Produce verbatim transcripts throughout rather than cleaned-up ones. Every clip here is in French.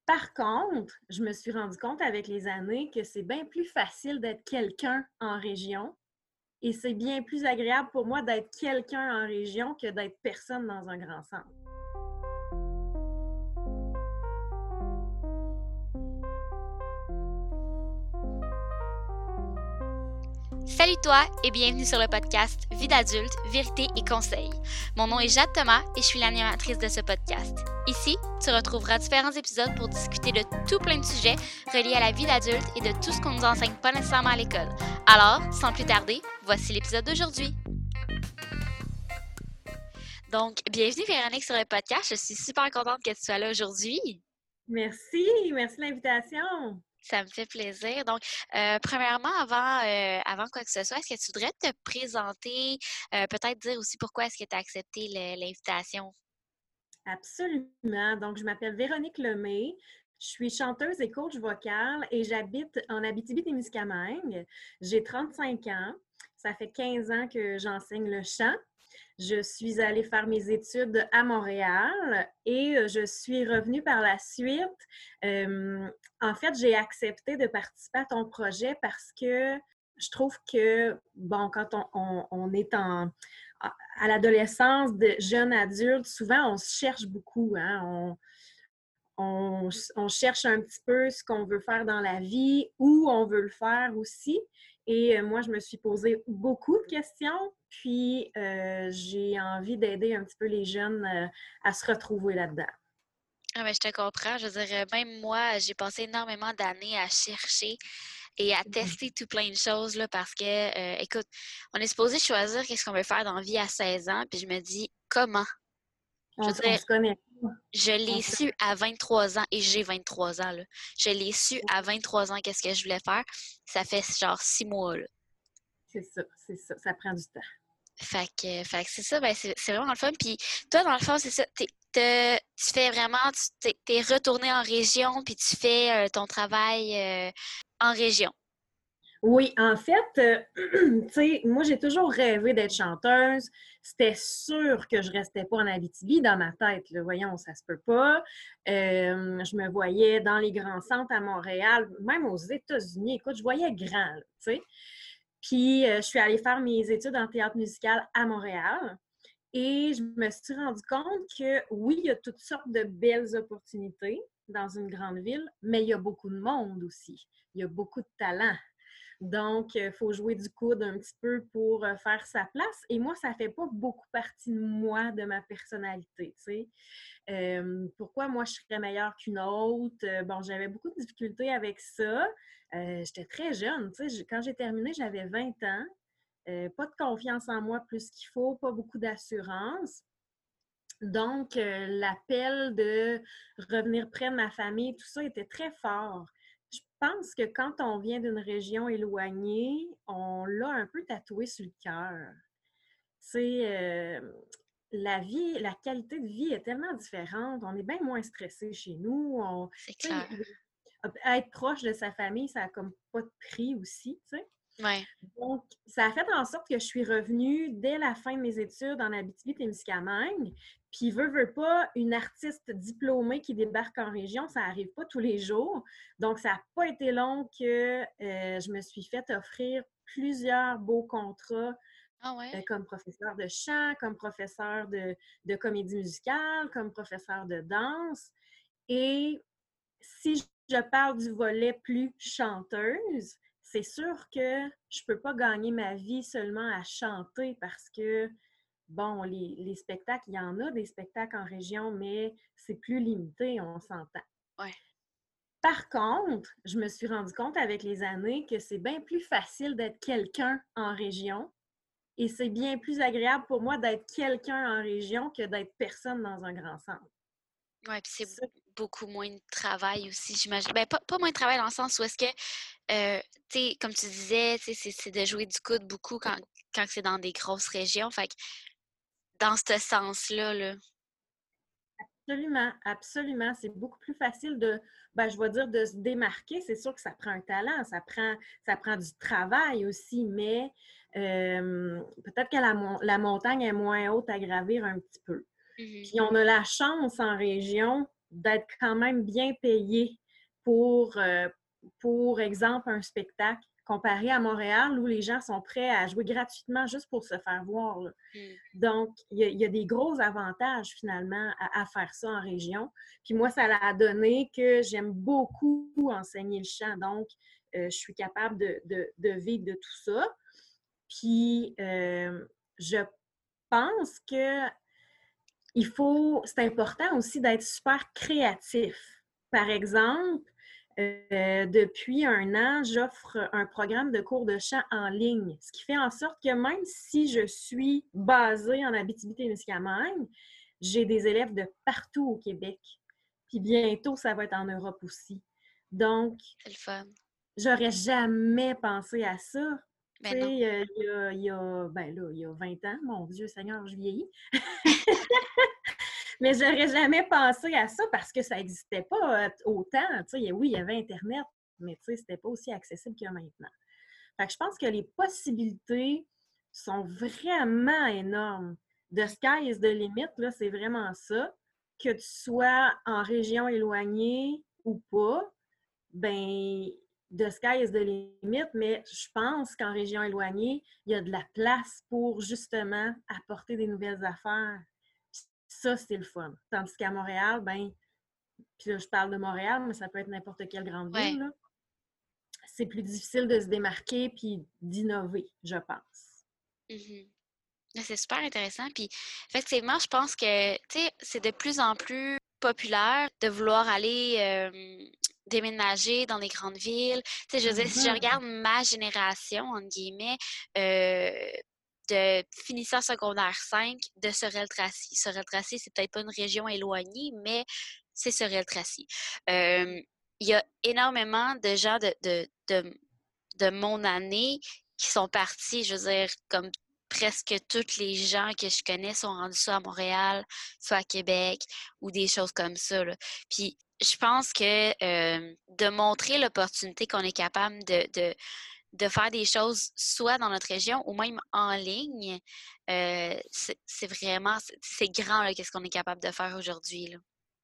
Par contre, je me suis rendu compte avec les années que c'est bien plus facile d'être quelqu'un en région et c'est bien plus agréable pour moi d'être quelqu'un en région que d'être personne dans un grand centre. Salut toi et bienvenue sur le podcast Vie d'adulte, vérité et conseils. Mon nom est Jade Thomas et je suis l'animatrice de ce podcast. Ici, tu retrouveras différents épisodes pour discuter de tout plein de sujets reliés à la vie d'adulte et de tout ce qu'on nous enseigne pas nécessairement à l'école. Alors, sans plus tarder, voici l'épisode d'aujourd'hui. Donc, bienvenue Véronique sur le podcast. Je suis super contente que tu sois là aujourd'hui. Merci, merci de l'invitation. Ça me fait plaisir. Donc, euh, premièrement, avant, euh, avant quoi que ce soit, est-ce que tu voudrais te présenter, euh, peut-être dire aussi pourquoi est-ce que tu as accepté le- l'invitation? Absolument. Donc, je m'appelle Véronique Lemay. Je suis chanteuse et coach vocale et j'habite en Abitibi-Témiscamingue. J'ai trente-cinq ans. Ça fait quinze ans que j'enseigne le chant. Je suis allée faire mes études à Montréal et euh, je suis revenue par la suite. Euh, en fait, j'ai accepté de participer à ton projet parce que je trouve que, bon, quand on, on, on est en, à l'adolescence, de jeunes adultes, souvent on se cherche beaucoup. Hein? On, on, on cherche un petit peu ce qu'on veut faire dans la vie, où on veut le faire aussi. Et euh, moi, je me suis posé beaucoup de questions, puis euh, j'ai envie d'aider un petit peu les jeunes euh, à se retrouver là-dedans. Ah ben, je te comprends. Je veux dire, même moi, j'ai passé énormément d'années à chercher et à tester tout plein de choses là, parce que, euh, écoute, on est supposé choisir qu'est-ce qu'on veut faire dans la vie à seize ans, puis je me dis, comment? Je On, veux on dire, se connaît. je On l'ai se... su à vingt-trois ans et j'ai vingt-trois ans, là. Je l'ai su à vingt-trois ans qu'est-ce que je voulais faire. Ça fait genre six mois, là. C'est ça, c'est ça. Ça prend du temps. Fait que, fait que c'est ça, ben c'est, c'est vraiment le fun. Puis toi, dans le fond, c'est ça, t'es, te- tu fais vraiment, tu t'es, t'es retourné en région, puis tu fais euh, ton travail euh, en région. Oui, en fait, euh, tu sais, moi, j'ai toujours rêvé d'être chanteuse. C'était sûr que je restais pas en Abitibi dans ma tête. Là. Voyons, ça se peut pas. Euh, je me voyais dans les grands centres à Montréal, même aux États-Unis. Écoute, je voyais grand, là, tu sais. Puis, euh, je suis allée faire mes études en théâtre musical à Montréal. Et je me suis rendu compte que oui, il y a toutes sortes de belles opportunités dans une grande ville, mais il y a beaucoup de monde aussi. Il y a beaucoup de talent. Donc, il faut jouer du coude un petit peu pour euh, faire sa place. Et moi, ça ne fait pas beaucoup partie de moi, de ma personnalité, tu sais. Euh, pourquoi moi, je serais meilleure qu'une autre? Euh, bon, j'avais beaucoup de difficultés avec ça. Euh, j'étais très jeune, tu sais. Quand j'ai terminé, j'avais vingt ans. Euh, pas de confiance en moi plus qu'il faut, pas beaucoup d'assurance. Donc, euh, l'appel de revenir près de ma famille, tout ça était très fort. Je pense que quand on vient d'une région éloignée, on l'a un peu tatoué sur le cœur. C'est euh, la vie, la qualité de vie est tellement différente. On est bien moins stressé chez nous. On, C'est tu sais, clair. être proche de sa famille, ça a comme pas de prix aussi, tu sais. Ouais. Donc, ça a fait en sorte que je suis revenue dès la fin de mes études en Abitibi-Témiscamingue. Puis, veut, veut pas, une artiste diplômée qui débarque en région, ça n'arrive pas tous les jours. Donc, ça n'a pas été long que euh, je me suis fait offrir plusieurs beaux contrats Ah euh, ouais? comme professeur de chant, comme professeur de, de comédie musicale, comme professeur de danse. Et si je parle du volet plus chanteuse, c'est sûr que je ne peux pas gagner ma vie seulement à chanter parce que, bon, les, les spectacles, il y en a des spectacles en région, mais c'est plus limité, on s'entend. Ouais. Par contre, je me suis rendu compte avec les années que c'est bien plus facile d'être quelqu'un en région et c'est bien plus agréable pour moi d'être quelqu'un en région que d'être personne dans un grand centre. Ouais, puis c'est Ça, beaucoup moins de travail aussi, j'imagine. Ben, pas, pas moins de travail dans le sens où est-ce que, euh, tu sais, comme tu disais, tu sais, c'est, c'est de jouer du coude beaucoup quand, quand c'est dans des grosses régions. Fait que dans ce sens-là, là. absolument, absolument. C'est beaucoup plus facile de, ben, je vais dire, de se démarquer. C'est sûr que ça prend un talent, ça prend, ça prend du travail aussi, mais euh, peut-être que la, mon- la montagne est moins haute à gravir un petit peu. Mhm. Puis on a la chance en région d'être quand même bien payé pour, euh, pour exemple, un spectacle, comparé à Montréal où les gens sont prêts à jouer gratuitement juste pour se faire voir. Là. Mm. Donc, il y, y, a des gros avantages finalement à, à faire ça en région. Puis moi, ça a donné que j'aime beaucoup enseigner le chant. Donc, euh, je suis capable de, de, de vivre de tout ça. Puis, euh, je pense que il faut, c'est important aussi d'être super créatif. Par exemple, euh, depuis un an, j'offre un programme de cours de chant en ligne, ce qui fait en sorte que même si je suis basée en Abitibi-Témiscamingue, j'ai des élèves de partout au Québec. Puis bientôt, ça va être en Europe aussi. Donc, C'est le fun. j'aurais jamais pensé à ça. Tu Ben non. sais, euh, il y a, il y a, ben là, il y a vingt ans, mon Dieu Seigneur, je vieillis. Mais j'aurais jamais pensé à ça parce que ça n'existait pas euh, autant. Tu sais, oui, il y avait Internet, mais tu sais, c'était pas aussi accessible que maintenant. Fait que je pense que les possibilités sont vraiment énormes. The sky is the limit, là, c'est vraiment ça. Que tu sois en région éloignée ou pas, ben, the sky is the limit, mais je pense qu'en région éloignée, il y a de la place pour justement apporter des nouvelles affaires. Ça, c'est le fun. Tandis qu'à Montréal, ben, puis là, je parle de Montréal, mais ça peut être n'importe quelle grande Ouais. ville, là. C'est plus difficile de se démarquer puis d'innover, je pense. Mm-hmm. C'est super intéressant. Puis, effectivement, je pense que, tu sais, c'est de plus en plus populaire de vouloir aller euh, déménager dans les grandes villes. Tu sais, je veux dire, si je Mm-hmm. regarde ma génération, entre guillemets, euh, de finissant secondaire cinq de Sorel-Tracy. Sorel-Tracy, c'est peut-être pas une région éloignée, mais c'est Sorel-Tracy. Euh, il y a énormément de gens de, de, de, de mon année qui sont partis, je veux dire, comme presque tous les gens que je connais sont rendus soit à Montréal, soit à Québec ou des choses comme ça. Là. Puis je pense que euh, de montrer l'opportunité qu'on est capable de, de, de faire des choses soit dans notre région ou même en ligne, euh, c'est, c'est vraiment, c'est, c'est grand là, qu'est-ce qu'on est capable de faire aujourd'hui.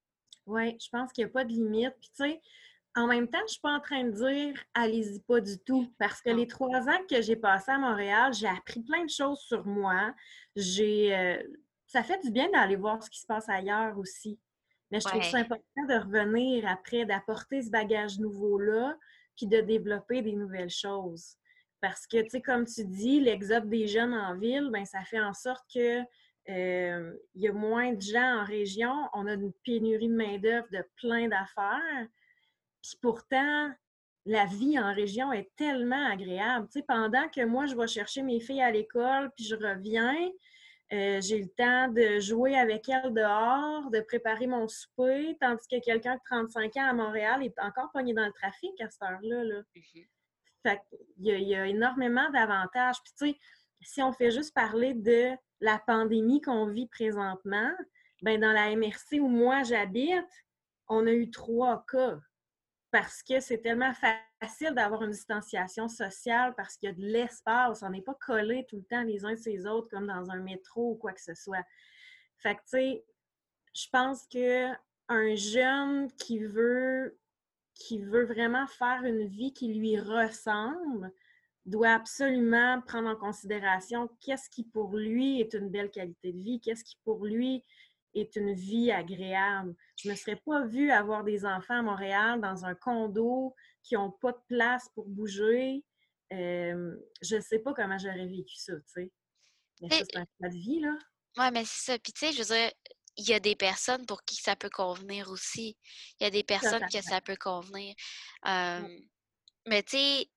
Oui, je pense qu'il n'y a pas de limite. Puis tu sais, en même temps, je ne suis pas en train de dire allez-y pas du tout. Parce que Non. les trois ans que j'ai passés à Montréal, j'ai appris plein de choses sur moi. J'ai euh, ça fait du bien d'aller voir ce qui se passe ailleurs aussi. Mais je trouve ça Ouais. important de revenir après, d'apporter ce bagage nouveau-là, puis de développer des nouvelles choses. Parce que, tu sais, comme tu dis, l'exode des jeunes en ville, ben ça fait en sorte que euh, il y a moins de gens en région. On a une pénurie de main-d'œuvre de plein d'affaires. Puis pourtant, la vie en région est tellement agréable. Tu sais, pendant que moi, je vais chercher mes filles à l'école, puis je reviens, euh, j'ai le temps de jouer avec elles dehors, de préparer mon souper, tandis que quelqu'un de trente-cinq ans à Montréal est encore pogné dans le trafic à cette heure-là. Là. Mm-hmm. Fait qu'il y a, il y a énormément d'avantages. Puis tu sais, si on fait juste parler de la pandémie qu'on vit présentement, ben dans la M R C où moi j'habite, on a eu trois cas parce que c'est tellement facile d'avoir une distanciation sociale parce qu'il y a de l'espace. On n'est pas collés tout le temps les uns sur les autres comme dans un métro ou quoi que ce soit. Fait que, tu sais, je pense qu'un jeune qui veut, qui veut vraiment faire une vie qui lui ressemble doit absolument prendre en considération qu'est-ce qui pour lui est une belle qualité de vie, qu'est-ce qui pour lui est une vie agréable. Je ne me serais pas vue avoir des enfants à Montréal dans un condo qui n'ont pas de place pour bouger. Euh, je ne sais pas comment j'aurais vécu ça, tu sais. Mais ça, c'est un cas de vie, là. Oui, mais c'est ça. Puis tu sais, je veux dire, il y a des personnes pour qui ça peut convenir aussi. Il y a des personnes que Totalement. ça peut convenir. Euh, Ouais. mais tu sais,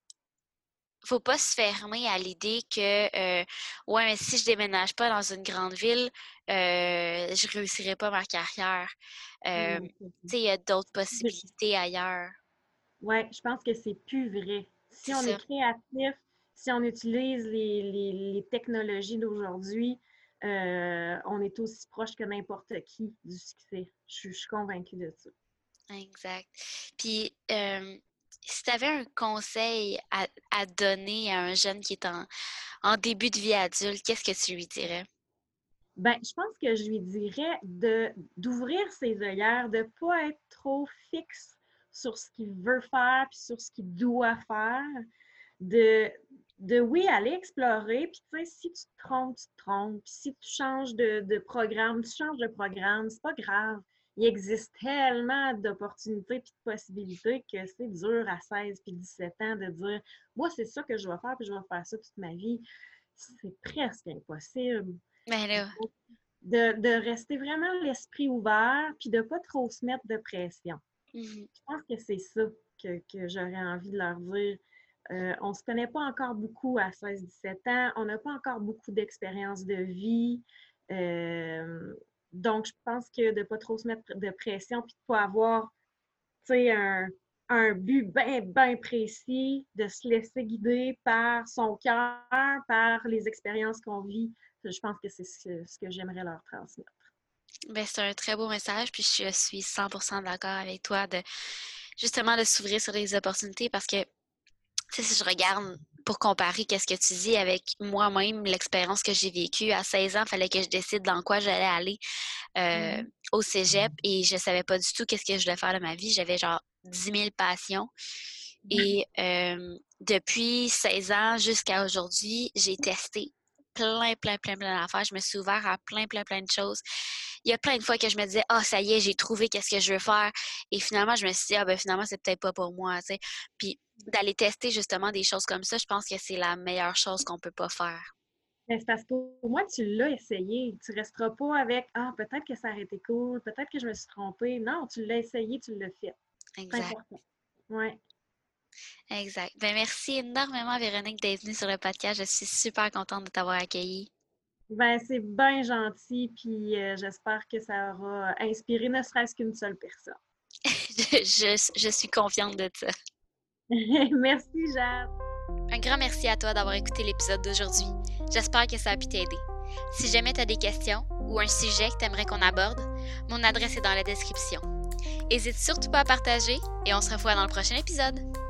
faut pas se fermer à l'idée que euh, ouais, mais si je déménage pas dans une grande ville, euh, je réussirai pas ma carrière. Euh, Non. tu sais, il y a d'autres possibilités ailleurs. Oui, je pense que c'est plus vrai. Si C'est on est ça. créatif, si on utilise les, les, les technologies d'aujourd'hui, euh, on est aussi proche que n'importe qui du succès. Je, je suis convaincue de ça. Exact. Puis, euh, si tu avais un conseil à, à donner à un jeune qui est en, en début de vie adulte, qu'est-ce que tu lui dirais? Ben, je pense que je lui dirais de d'ouvrir ses œillères, de ne pas être trop fixe sur ce qu'il veut faire puis sur ce qu'il doit faire, de, de oui, aller explorer. Puis, tu sais, si tu te trompes, tu te trompes. Puis, si tu changes de, de programme, tu changes de programme, c'est pas grave. Il existe tellement d'opportunités puis de possibilités que c'est dur à seize puis dix-sept ans de dire moi, c'est ça que je vais faire puis je vais faire ça toute ma vie. C'est presque impossible. Ben là, De, de rester vraiment l'esprit ouvert puis de ne pas trop se mettre de pression. mhm. Je pense que c'est ça que, que j'aurais envie de leur dire. Euh, on ne se connaît pas encore beaucoup à seize dix-sept ans. On n'a pas encore beaucoup d'expérience de vie. Euh, donc, je pense que de ne pas trop se mettre de pression puis de ne pas avoir, tu sais, un, un but bien, bien précis, de se laisser guider par son cœur, par les expériences qu'on vit. Je pense que c'est ce, ce que j'aimerais leur transmettre. Ben, c'est un très beau message, puis je suis cent pour cent d'accord avec toi de justement de s'ouvrir sur les opportunités parce que, tu sais, si je regarde pour comparer qu'est-ce que tu dis avec moi-même, l'expérience que j'ai vécue à seize ans, il fallait que je décide dans quoi j'allais aller euh, Mhm. au cégep et je savais pas du tout qu'est-ce que je devais faire de ma vie. J'avais genre dix mille passions. Et euh, depuis seize ans jusqu'à aujourd'hui, j'ai testé plein, plein, plein, plein d'affaires. Je me suis ouvert à plein, plein, plein de choses. Il y a plein de fois que je me disais, ah, oh, ça y est, j'ai trouvé qu'est-ce que je veux faire. Et finalement, je me suis dit, ah, ben finalement, c'est peut-être pas pour moi, tu sais. Puis d'aller tester justement des choses comme ça, je pense que c'est la meilleure chose qu'on peut pas faire. Mais c'est parce qu'au moins, tu l'as essayé. Tu ne resteras pas avec ah, peut-être que ça aurait été cool, peut-être que je me suis trompée. Non, tu l'as essayé, tu l'as fait. C'est Exact. important. Oui. Exact. Ben merci énormément, Véronique, d'être venue sur le podcast. Je suis super contente de t'avoir accueillie. Ben, c'est bien gentil, puis euh, j'espère que ça aura inspiré ne serait-ce qu'une seule personne. je, je, je suis confiante de ça. Merci, Jade. Un grand merci à toi d'avoir écouté l'épisode d'aujourd'hui. J'espère que ça a pu t'aider. Si jamais tu as des questions ou un sujet que tu aimerais qu'on aborde, mon adresse est dans la description. N'hésite surtout pas à partager et on se revoit dans le prochain épisode.